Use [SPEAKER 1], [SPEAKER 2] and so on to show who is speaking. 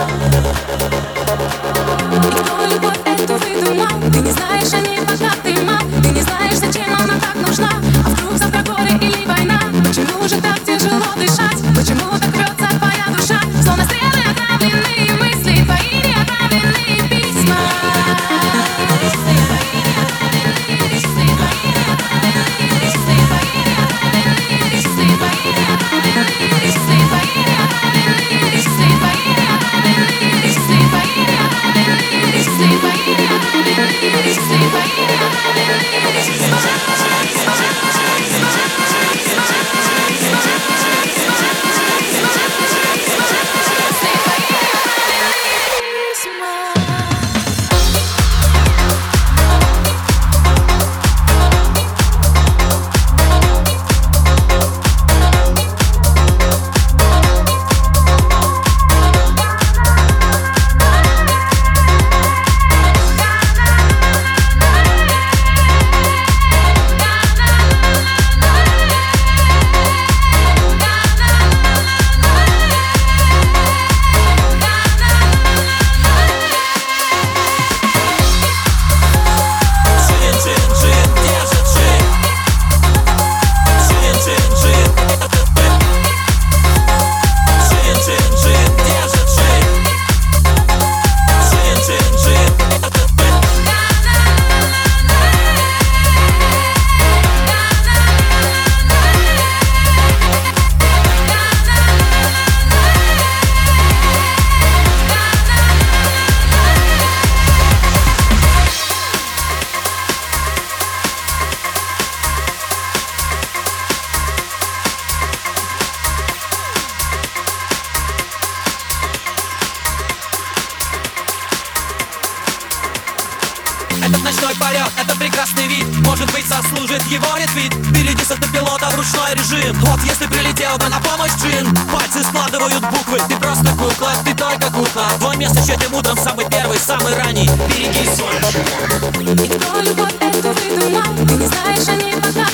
[SPEAKER 1] И кто любовь эту выдумал? Ты не знаешь о ней, пока ты мал. Ты не знаешь, зачем она так нужна. А вдруг завтра горе или война? Почему же так тяжело дышать? Почему так рвется твоя душа? Словно стрелы отравленные мысли, твои неотправленные письма.
[SPEAKER 2] Этот ночной полет, это прекрасный вид. Может быть, заслужит его ретвит. Впереди с автопилота в ручной режим. Вот если прилетел бы на помощь джин. Пальцы складывают буквы, ты просто кукла, ты только кукла. Твой место этим утром самый первый, самый ранний. Береги свой.
[SPEAKER 1] И кто любовь эту выдумал? Ты не знаешь о ней, пока